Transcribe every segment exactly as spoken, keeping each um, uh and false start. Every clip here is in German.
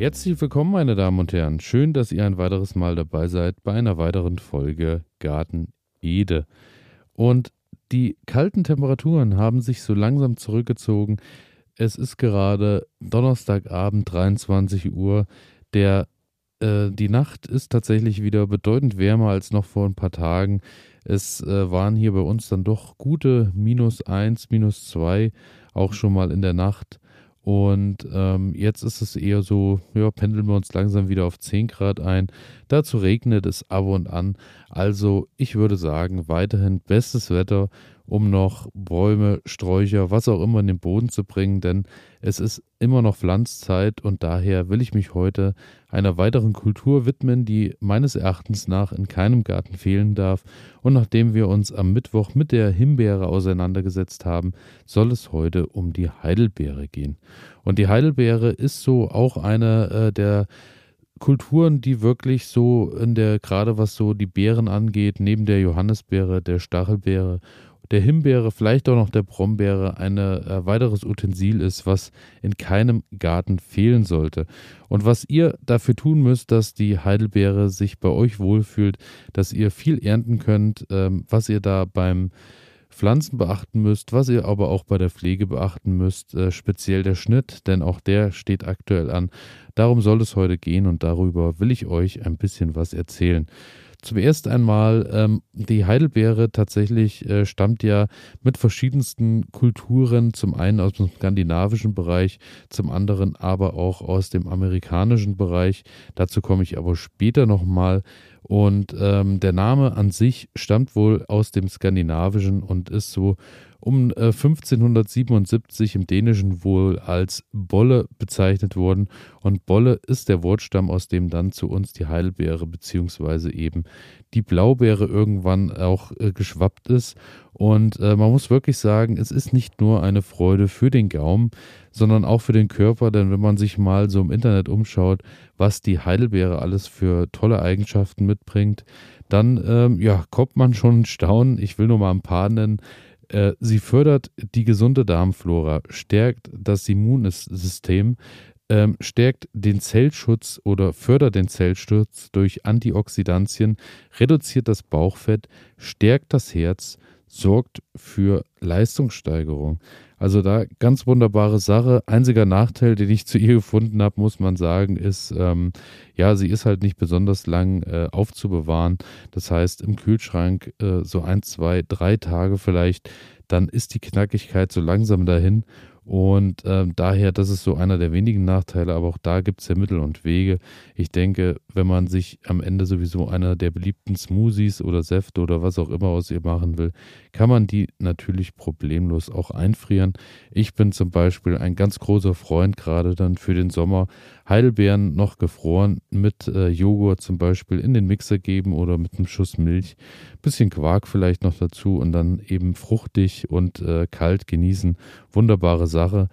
Herzlich willkommen, meine Damen und Herren. Schön, dass ihr ein weiteres Mal dabei seid bei einer weiteren Folge Garten Ede. Und die kalten Temperaturen haben sich so langsam zurückgezogen. Es ist gerade Donnerstagabend, dreiundzwanzig Uhr. Der, äh, die Nacht ist tatsächlich wieder bedeutend wärmer als noch vor ein paar Tagen. Es äh, waren hier bei uns dann doch gute minus eins, minus zwei, auch schon mal in der Nacht. Und ähm, jetzt ist es eher so, ja, pendeln wir uns langsam wieder auf zehn Grad ein. Dazu regnet es ab und an. Also ich würde sagen, weiterhin bestes Wetter, um noch Bäume, Sträucher, was auch immer in den Boden zu bringen, denn es ist immer noch Pflanzzeit und daher will ich mich heute einer weiteren Kultur widmen, die meines Erachtens nach in keinem Garten fehlen darf. Und nachdem wir uns am Mittwoch mit der Himbeere auseinandergesetzt haben, soll es heute um die Heidelbeere gehen. Und die Heidelbeere ist so auch eine äh, der Kulturen, die wirklich so in der, gerade was so die Beeren angeht, neben der Johannisbeere, der Stachelbeere, der Himbeere, vielleicht auch noch der Brombeere, ein äh, weiteres Utensil ist, was in keinem Garten fehlen sollte. Und was ihr dafür tun müsst, dass die Heidelbeere sich bei euch wohlfühlt, dass ihr viel ernten könnt, ähm, was ihr da beim Pflanzen beachten müsst, was ihr aber auch bei der Pflege beachten müsst, äh, speziell der Schnitt, denn auch der steht aktuell an. Darum soll es heute gehen und darüber will ich euch ein bisschen was erzählen. Zuerst einmal, ähm, die Heidelbeere tatsächlich äh, stammt ja mit verschiedensten Kulturen, zum einen aus dem skandinavischen Bereich, zum anderen aber auch aus dem amerikanischen Bereich. Dazu komme ich aber später nochmal. Und ähm, der Name an sich stammt wohl aus dem Skandinavischen und ist so um äh, fünfzehnhundertsiebenundsiebzig im Dänischen wohl als Bolle bezeichnet worden. Und Bolle ist der Wortstamm, aus dem dann zu uns die Heidelbeere beziehungsweise eben die Blaubeere irgendwann auch äh, geschwappt ist. Und äh, man muss wirklich sagen, es ist nicht nur eine Freude für den Gaumen, sondern auch für den Körper, denn wenn man sich mal so im Internet umschaut, was die Heidelbeere alles für tolle Eigenschaften mitbringt, dann ähm, ja, kommt man schon in Staunen. Ich will nur mal ein paar nennen. Äh, sie fördert die gesunde Darmflora, stärkt das Immunsystem, ähm, stärkt den Zellschutz oder fördert den Zellschutz durch Antioxidantien, reduziert das Bauchfett, stärkt das Herz, sorgt für Leistungssteigerung. Also da ganz wunderbare Sache. Einziger Nachteil, den ich zu ihr gefunden habe, muss man sagen, ist, ähm, ja, sie ist halt nicht besonders lang äh, aufzubewahren. Das heißt, im Kühlschrank äh, so ein, zwei, drei Tage vielleicht, dann ist die Knackigkeit so langsam dahin. Und ähm, daher, das ist so einer der wenigen Nachteile, aber auch da gibt es ja Mittel und Wege. Ich denke, wenn man sich am Ende sowieso einer der beliebten Smoothies oder Säfte oder was auch immer aus ihr machen will, kann man die natürlich problemlos auch einfrieren. Ich bin zum Beispiel ein ganz großer Freund, gerade dann für den Sommer, Heidelbeeren noch gefroren mit äh, Joghurt zum Beispiel in den Mixer geben oder mit einem Schuss Milch, bisschen Quark vielleicht noch dazu und dann eben fruchtig und äh, kalt genießen. Wunderbare Sache.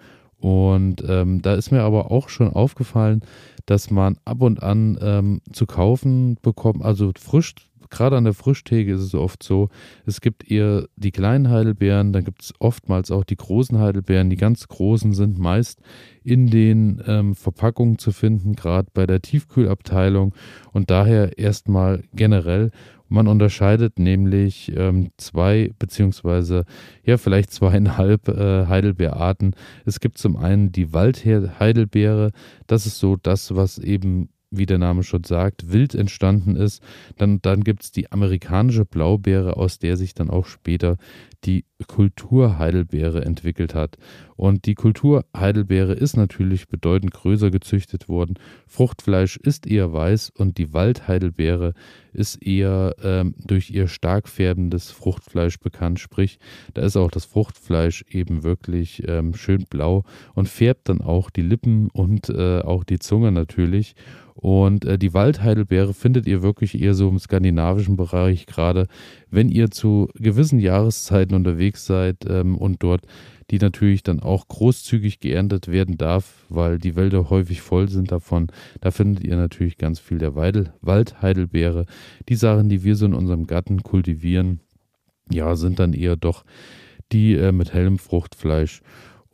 Und ähm, da ist mir aber auch schon aufgefallen, dass man ab und an ähm, zu kaufen bekommt, also frisch, gerade an der Frischtheke ist es oft so, es gibt eher die kleinen Heidelbeeren, dann gibt es oftmals auch die großen Heidelbeeren. Die ganz großen sind meist in den ähm, Verpackungen zu finden, gerade bei der Tiefkühlabteilung und daher erstmal generell. Man unterscheidet nämlich ähm, zwei beziehungsweise ja vielleicht zweieinhalb äh, Heidelbeerarten. Es gibt zum einen die Waldheidelbeere, das ist so das, was eben, wie der Name schon sagt, wild entstanden ist. Dann, dann gibt es die amerikanische Blaubeere, aus der sich dann auch später die Kulturheidelbeere entwickelt hat. Und die Kulturheidelbeere ist natürlich bedeutend größer gezüchtet worden. Fruchtfleisch ist eher weiß und die Waldheidelbeere ist eher ähm, durch ihr stark färbendes Fruchtfleisch bekannt. Sprich, da ist auch das Fruchtfleisch eben wirklich ähm, schön blau und färbt dann auch die Lippen und äh, auch die Zunge natürlich. Und äh, die Waldheidelbeere findet ihr wirklich eher so im skandinavischen Bereich, gerade wenn ihr zu gewissen Jahreszeiten unterwegs seid ähm, und dort die natürlich dann auch großzügig geerntet werden darf, weil die Wälder häufig voll sind davon. Da findet ihr natürlich ganz viel der Weidel, Waldheidelbeere. Die Sachen, die wir so in unserem Garten kultivieren, ja, sind dann eher doch die äh, mit hellem Fruchtfleisch.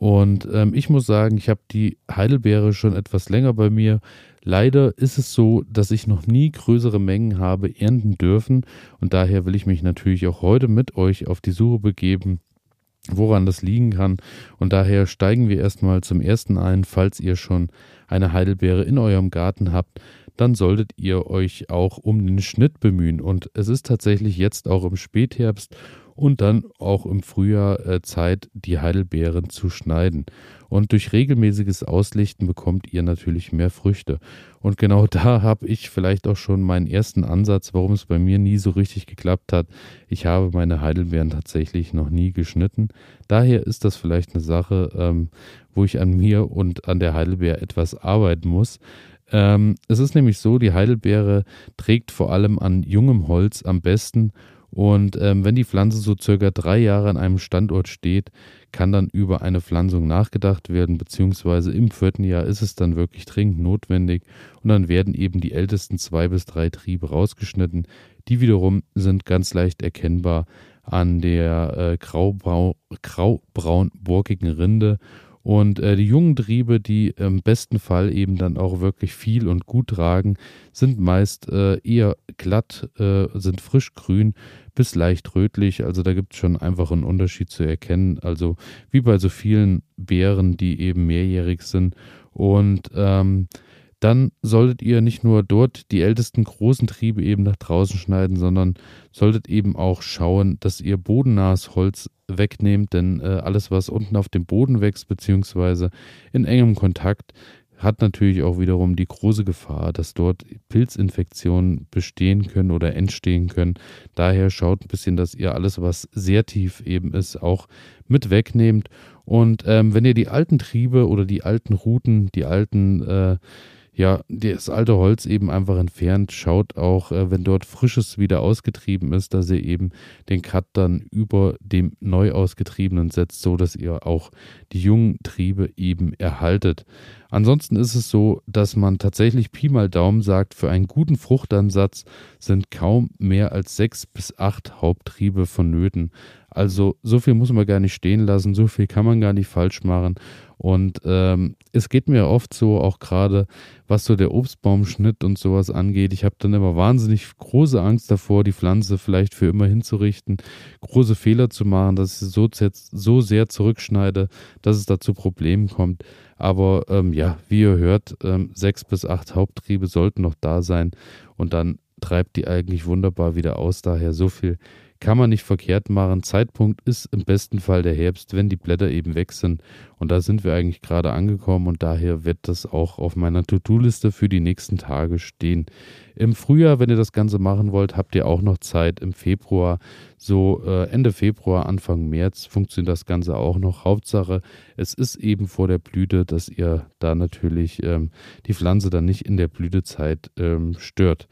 Und ähm, ich muss sagen, ich habe die Heidelbeere schon etwas länger bei mir. Leider ist es so, dass ich noch nie größere Mengen habe ernten dürfen. Und daher will ich mich natürlich auch heute mit euch auf die Suche begeben, woran das liegen kann. Und daher steigen wir erstmal zum ersten ein. Falls ihr schon eine Heidelbeere in eurem Garten habt, dann solltet ihr euch auch um den Schnitt bemühen. Und es ist tatsächlich jetzt auch im Spätherbst und dann auch im Frühjahr äh, Zeit, die Heidelbeeren zu schneiden. Und durch regelmäßiges Auslichten bekommt ihr natürlich mehr Früchte. Und genau da habe ich vielleicht auch schon meinen ersten Ansatz, warum es bei mir nie so richtig geklappt hat. Ich habe meine Heidelbeeren tatsächlich noch nie geschnitten. Daher ist das vielleicht eine Sache, ähm, wo ich an mir und an der Heidelbeere etwas arbeiten muss. Ähm, es ist nämlich so, die Heidelbeere trägt vor allem an jungem Holz am besten. Und ähm, wenn die Pflanze so circa drei Jahre an einem Standort steht, kann dann über eine Pflanzung nachgedacht werden, beziehungsweise im vierten Jahr ist es dann wirklich dringend notwendig und dann werden eben die ältesten zwei bis drei Triebe rausgeschnitten. Die wiederum sind ganz leicht erkennbar an der äh, graubrau graubraun-borkigen Rinde. Und äh, die jungen Triebe, die im besten Fall eben dann auch wirklich viel und gut tragen, sind meist äh, eher glatt, äh, sind frischgrün bis leicht rötlich. Also da gibt es schon einfach einen Unterschied zu erkennen. Also wie bei so vielen Beeren, die eben mehrjährig sind. Und ähm, dann solltet ihr nicht nur dort die ältesten großen Triebe eben nach draußen schneiden, sondern solltet eben auch schauen, dass ihr bodennahes Holz wegnehmt, denn äh, alles, was unten auf dem Boden wächst, beziehungsweise in engem Kontakt, hat natürlich auch wiederum die große Gefahr, dass dort Pilzinfektionen bestehen können oder entstehen können. Daher schaut ein bisschen, dass ihr alles, was sehr tief eben ist, auch mit wegnehmt. Und ähm, wenn ihr die alten Triebe oder die alten Ruten, die alten äh, ja, das alte Holz eben einfach entfernt. Schaut auch, äh, wenn dort Frisches wieder ausgetrieben ist, dass ihr eben den Cut dann über dem neu ausgetriebenen setzt, so dass ihr auch die jungen Triebe eben erhaltet. Ansonsten ist es so, dass man tatsächlich Pi mal Daumen sagt, für einen guten Fruchtansatz sind kaum mehr als sechs bis acht Haupttriebe vonnöten. Also so viel muss man gar nicht stehen lassen, so viel kann man gar nicht falsch machen. Und ähm, es geht mir oft so, auch gerade was so der Obstbaumschnitt und sowas angeht. Ich habe dann immer wahnsinnig große Angst davor, die Pflanze vielleicht für immer hinzurichten, große Fehler zu machen, dass ich sie so, so sehr zurückschneide, dass es da zu Problemen kommt. Aber ähm, ja, wie ihr hört, ähm, sechs bis acht Haupttriebe sollten noch da sein und dann treibt die eigentlich wunderbar wieder aus. Daher so viel kann man nicht verkehrt machen. Zeitpunkt ist im besten Fall der Herbst, wenn die Blätter eben weg sind. Und da sind wir eigentlich gerade angekommen und daher wird das auch auf meiner To-Do-Liste für die nächsten Tage stehen. Im Frühjahr, wenn ihr das Ganze machen wollt, habt ihr auch noch Zeit. Im Februar, so äh, Ende Februar, Anfang März funktioniert das Ganze auch noch. Hauptsache, es ist eben vor der Blüte, dass ihr da natürlich ähm, die Pflanze dann nicht in der Blütezeit ähm, stört.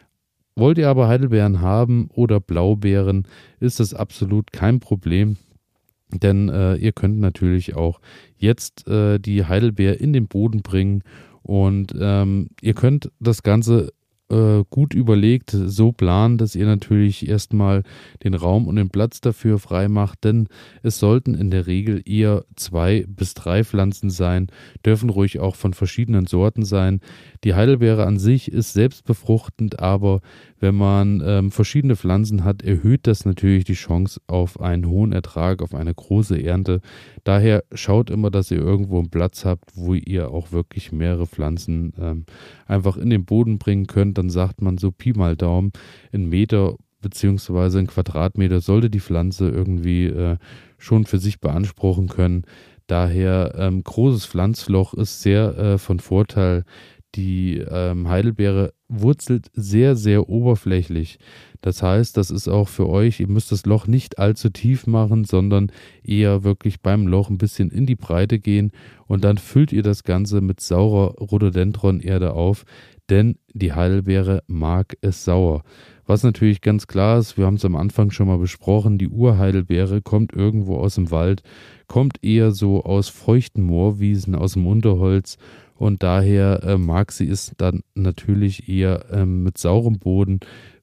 Wollt ihr aber Heidelbeeren haben oder Blaubeeren, ist das absolut kein Problem, denn äh, ihr könnt natürlich auch jetzt äh, die Heidelbeere in den Boden bringen und ähm, ihr könnt das Ganze äh, gut überlegt so planen, dass ihr natürlich erstmal den Raum und den Platz dafür frei macht, denn es sollten in der Regel eher zwei bis drei Pflanzen sein, dürfen ruhig auch von verschiedenen Sorten sein. Die Heidelbeere an sich ist selbstbefruchtend, aber wenn man ähm, verschiedene Pflanzen hat, erhöht das natürlich die Chance auf einen hohen Ertrag, auf eine große Ernte. Daher schaut immer, dass ihr irgendwo einen Platz habt, wo ihr auch wirklich mehrere Pflanzen ähm, einfach in den Boden bringen könnt. Dann sagt man so Pi mal Daumen, ein Meter beziehungsweise ein Quadratmeter sollte die Pflanze irgendwie äh, schon für sich beanspruchen können. Daher ähm, großes Pflanzloch ist sehr äh, von Vorteil. Die ähm, Heidelbeere wurzelt sehr, sehr oberflächlich. Das heißt, das ist auch für euch, ihr müsst das Loch nicht allzu tief machen, sondern eher wirklich beim Loch ein bisschen in die Breite gehen und dann füllt ihr das Ganze mit saurer Rhododendron-Erde auf, denn die Heidelbeere mag es sauer. Was natürlich ganz klar ist, wir haben es am Anfang schon mal besprochen, die Urheidelbeere kommt irgendwo aus dem Wald, kommt eher so aus feuchten Moorwiesen, aus dem Unterholz. Und daher äh, mag sie es dann natürlich eher ähm, mit saurem Boden,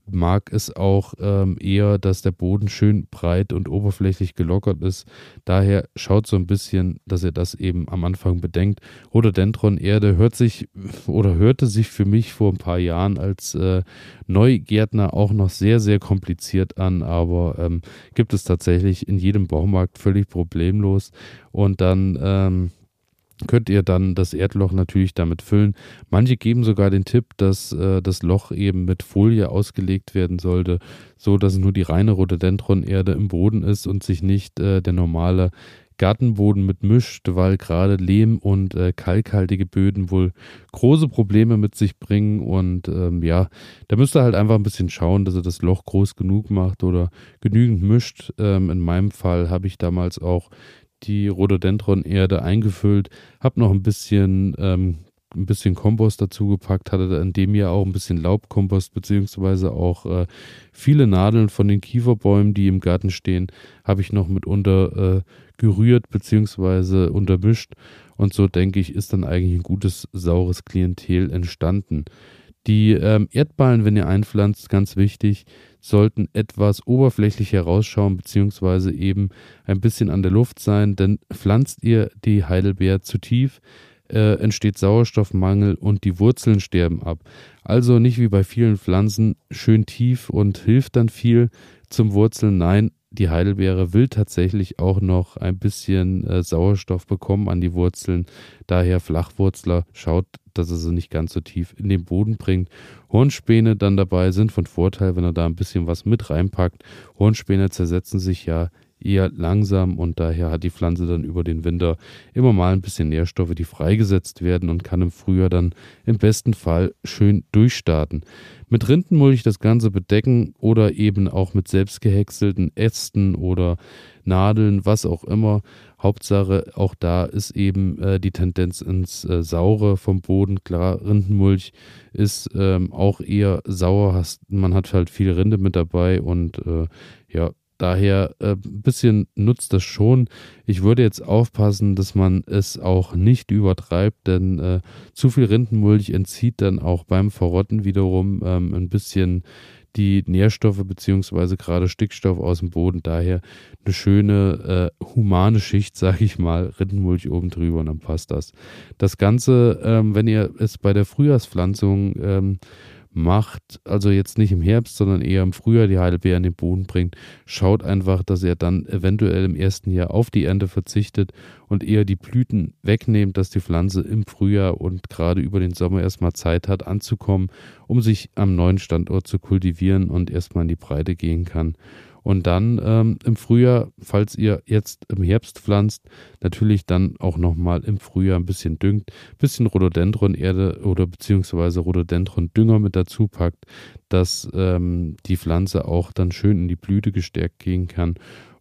mag es auch ähm, eher, dass der Boden schön breit und oberflächlich gelockert ist. Daher schaut so ein bisschen, dass ihr das eben am Anfang bedenkt. Rhododendron-Erde hört sich oder hörte sich für mich vor ein paar Jahren als äh, Neugärtner auch noch sehr, sehr kompliziert an, aber ähm, gibt es tatsächlich in jedem Baumarkt völlig problemlos. Und dann ähm, könnt ihr dann das Erdloch natürlich damit füllen. Manche geben sogar den Tipp, dass äh, das Loch eben mit Folie ausgelegt werden sollte, so dass es nur die reine Rhododendron-Erde im Boden ist und sich nicht äh, der normale Gartenboden mit mischt, weil gerade Lehm und äh, kalkhaltige Böden wohl große Probleme mit sich bringen. Und ähm, ja, da müsst ihr halt einfach ein bisschen schauen, dass ihr das Loch groß genug macht oder genügend mischt. Ähm, in meinem Fall habe ich damals auch die Rhododendron-Erde eingefüllt, habe noch ein bisschen, ähm, ein bisschen Kompost dazu gepackt, hatte in dem Jahr auch ein bisschen Laubkompost, beziehungsweise auch äh, viele Nadeln von den Kieferbäumen, die im Garten stehen, habe ich noch mitunter äh, gerührt, beziehungsweise untermischt. Und so, denke ich, ist dann eigentlich ein gutes, saures Klientel entstanden. Die ähm, Erdballen, wenn ihr einpflanzt, ganz wichtig, sollten etwas oberflächlich herausschauen, beziehungsweise eben ein bisschen an der Luft sein, denn pflanzt ihr die Heidelbeer zu tief, äh, entsteht Sauerstoffmangel und die Wurzeln sterben ab. Also nicht wie bei vielen Pflanzen schön tief und hilft dann viel zum Wurzeln. Nein, die Heidelbeere will tatsächlich auch noch ein bisschen äh, Sauerstoff bekommen an die Wurzeln. Daher Flachwurzler, schaut, dass er sie nicht ganz so tief in den Boden bringt. Hornspäne dann dabei sind von Vorteil, wenn er da ein bisschen was mit reinpackt. Hornspäne zersetzen sich ja eher langsam und daher hat die Pflanze dann über den Winter immer mal ein bisschen Nährstoffe, die freigesetzt werden und kann im Frühjahr dann im besten Fall schön durchstarten. Mit Rindenmulch das Ganze bedecken oder eben auch mit selbst gehäckselten Ästen oder Nadeln, was auch immer. Hauptsache, auch da ist eben äh, die Tendenz ins äh, Saure vom Boden. Klar, Rindenmulch ist ähm, auch eher sauer. Hast, man hat halt viel Rinde mit dabei und äh, ja, daher ein äh, bisschen nutzt das schon. Ich würde jetzt aufpassen, dass man es auch nicht übertreibt, denn äh, zu viel Rindenmulch entzieht dann auch beim Verrotten wiederum ähm, ein bisschen die Nährstoffe beziehungsweise gerade Stickstoff aus dem Boden. Daher eine schöne äh, humane Schicht, sage ich mal, Rindenmulch oben drüber und dann passt das. Das Ganze, ähm, wenn ihr es bei der Frühjahrspflanzung ähm, macht, also jetzt nicht im Herbst, sondern eher im Frühjahr die Heidelbeere in den Boden bringt, schaut einfach, dass ihr dann eventuell im ersten Jahr auf die Ernte verzichtet und eher die Blüten wegnehmt, dass die Pflanze im Frühjahr und gerade über den Sommer erstmal Zeit hat anzukommen, um sich am neuen Standort zu kultivieren und erstmal in die Breite gehen kann. Und dann ähm, im Frühjahr, falls ihr jetzt im Herbst pflanzt, natürlich dann auch nochmal im Frühjahr ein bisschen düngt, ein bisschen Rhododendron-Erde oder beziehungsweise Rhododendron-Dünger mit dazu packt, dass ähm, die Pflanze auch dann schön in die Blüte gestärkt gehen kann.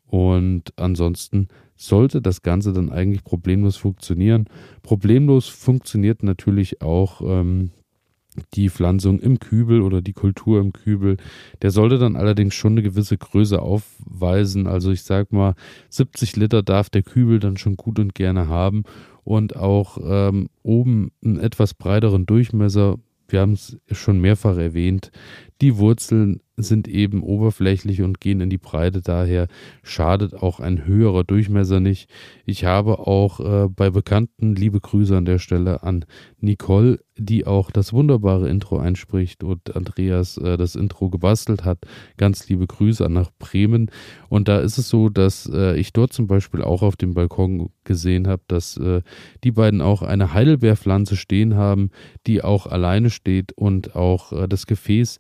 Und ansonsten sollte das Ganze dann eigentlich problemlos funktionieren. Problemlos funktioniert natürlich auch ähm, die Pflanzung im Kübel oder die Kultur im Kübel. Der sollte dann allerdings schon eine gewisse Größe aufweisen. Also ich sag mal, siebzig Liter darf der Kübel dann schon gut und gerne haben und auch ähm, oben einen etwas breiteren Durchmesser. Wir haben es schon mehrfach erwähnt. Die Wurzeln sind eben oberflächlich und gehen in die Breite, daher schadet auch ein höherer Durchmesser nicht. Ich habe auch äh, bei Bekannten, liebe Grüße an der Stelle an Nicole, die auch das wunderbare Intro einspricht und Andreas äh, das Intro gebastelt hat. Ganz liebe Grüße nach Bremen. Und da ist es so, dass äh, ich dort zum Beispiel auch auf dem Balkon gesehen habe, dass äh, die beiden auch eine Heidelbeerpflanze stehen haben, die auch alleine steht und auch äh, das Gefäß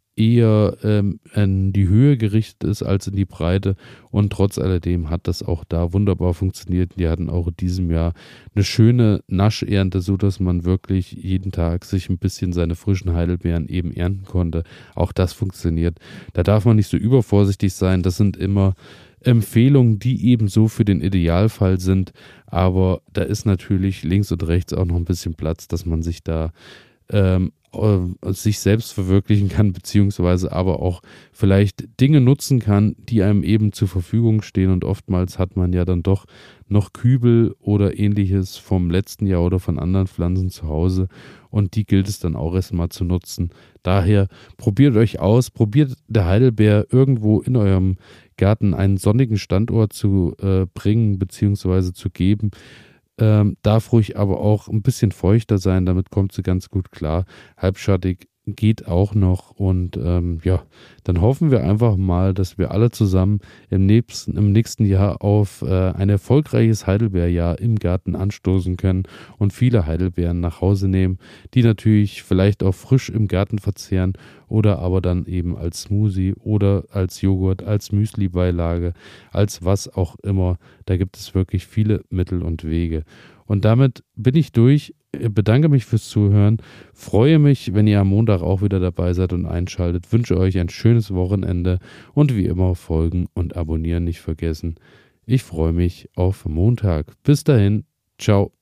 eher ähm, in die Höhe gerichtet ist als in die Breite und trotz alledem hat das auch da wunderbar funktioniert. Die hatten auch in diesem Jahr eine schöne Naschernte, so dass man wirklich jeden Tag sich ein bisschen seine frischen Heidelbeeren eben ernten konnte. Auch das funktioniert. Da darf man nicht so übervorsichtig sein. Das sind immer Empfehlungen, die eben so für den Idealfall sind, aber da ist natürlich links und rechts auch noch ein bisschen Platz, dass man sich da ähm, äh, sich selbst verwirklichen kann, beziehungsweise aber auch vielleicht Dinge nutzen kann, die einem eben zur Verfügung stehen. Und oftmals hat man ja dann doch noch Kübel oder ähnliches vom letzten Jahr oder von anderen Pflanzen zu Hause. Und die gilt es dann auch erstmal zu nutzen. Daher probiert euch aus, probiert der Heidelbeer irgendwo in eurem Garten einen sonnigen Standort zu äh, bringen beziehungsweise zu geben. Ähm, darf ruhig aber auch ein bisschen feuchter sein, damit kommt sie ganz gut klar. Halbschattig geht auch noch und ähm, ja, dann hoffen wir einfach mal, dass wir alle zusammen im nächsten, im nächsten Jahr auf äh, ein erfolgreiches Heidelbeerjahr im Garten anstoßen können und viele Heidelbeeren nach Hause nehmen, die natürlich vielleicht auch frisch im Garten verzehren oder aber dann eben als Smoothie oder als Joghurt, als Müsli-Beilage, als was auch immer. Da gibt es wirklich viele Mittel und Wege. Und damit bin ich durch. Bedanke mich fürs Zuhören. Freue mich, wenn ihr am Montag auch wieder dabei seid und einschaltet. Wünsche euch ein schönes Wochenende und wie immer folgen und abonnieren nicht vergessen. Ich freue mich auf Montag. Bis dahin. Ciao.